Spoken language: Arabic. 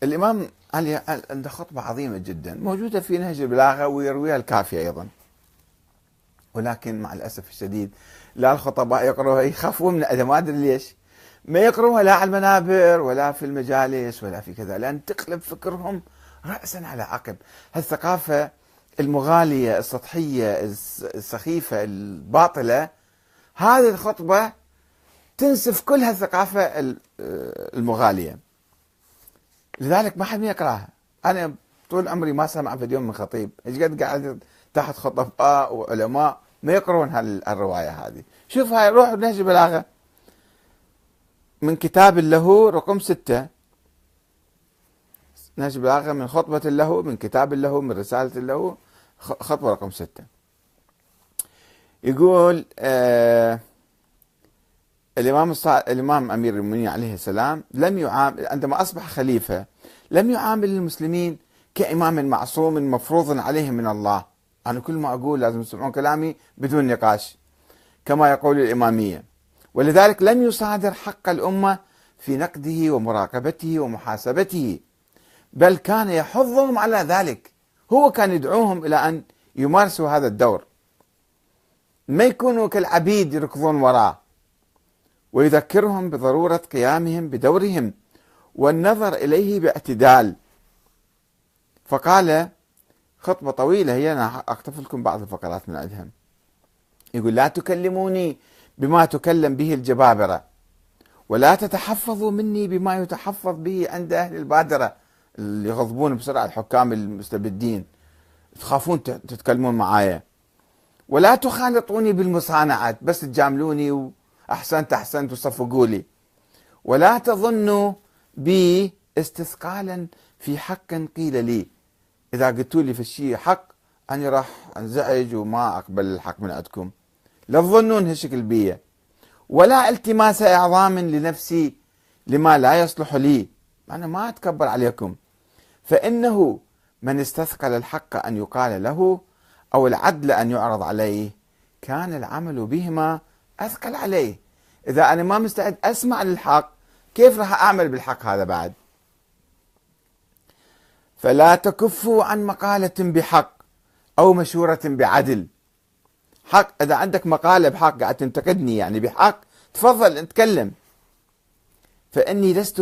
الإمام علي عنده خطبة عظيمة جدا موجودة في نهج البلاغة ويرويها الكافي أيضا، ولكن مع الأسف الشديد لا الخطباء يقرأوها، يخافون من ما أدري ليش ما يقرأوها لا على المنابر ولا في المجالس ولا في كذا، لأن تقلب فكرهم رأسا على عقب. هالثقافة المغالية السطحية السخيفة الباطلة، هذه الخطبة تنسف كل هالثقافة المغالية، لذلك ما حد يقراها. أنا طول عمري ما سمع في اليوم من خطيب، ايش قد قاعد تحت خطباء وعلماء ما يقرون هالرواية هذه. شوف هاي، روح نهج البلاغة من كتاب له رقم 6، نهج البلاغة من خطبة له، من كتاب له، من رسالة له، خطبة رقم 6. يقول الإمام أمير المؤمنين عليه السلام لم يعامل عندما أصبح خليفة، لم يعامل المسلمين كإمام معصوم مفروض عليه من الله. أنا كل ما أقول لازم تسمعون كلامي بدون نقاش كما يقول الإمامية، ولذلك لم يصادر حق الأمة في نقده ومراقبته ومحاسبته، بل كان يحضهم على ذلك. هو كان يدعوهم إلى أن يمارسوا هذا الدور، ما يكونوا كالعبيد يركضون وراه، ويذكرهم بضرورة قيامهم بدورهم والنظر إليه باعتدال. فقال خطبة طويلة هي، أنا أقتطف لكم بعض الفقرات من عندها. يقول: لا تكلموني بما تكلم به الجبابرة، ولا تتحفظوا مني بما يتحفظ به عند أهل البادرة اللي يغضبون بسرعة الحكام المستبدين، تخافون تتكلمون معايا. ولا تخالطوني بالمصانعات، بس تجاملوني وأحسنت وصفقوا لي. ولا تظنوا بي استثقالا في حق قيل لي، إذا قلتوا لي في الشيء حق أنا راح أنزعج وما أقبل الحق من عندكم. لا تظنون هالشكل بي. ولا التماس إعظام لنفسي لما لا يصلح لي، أنا ما أتكبر عليكم. فإنه من استثقل الحق أن يقال له أو العدل أن يعرض عليه كان العمل بهما أثقل عليه. إذا أنا ما مستعد أسمع للحق، كيف راح أعمل بالحق هذا بعد؟ فلا تكفوا عن مقالة بحق أو مشورة بعدل. حق، إذا عندك مقالة بحق قاعد تنتقدني يعني بحق، تفضل اتكلم. فإني لست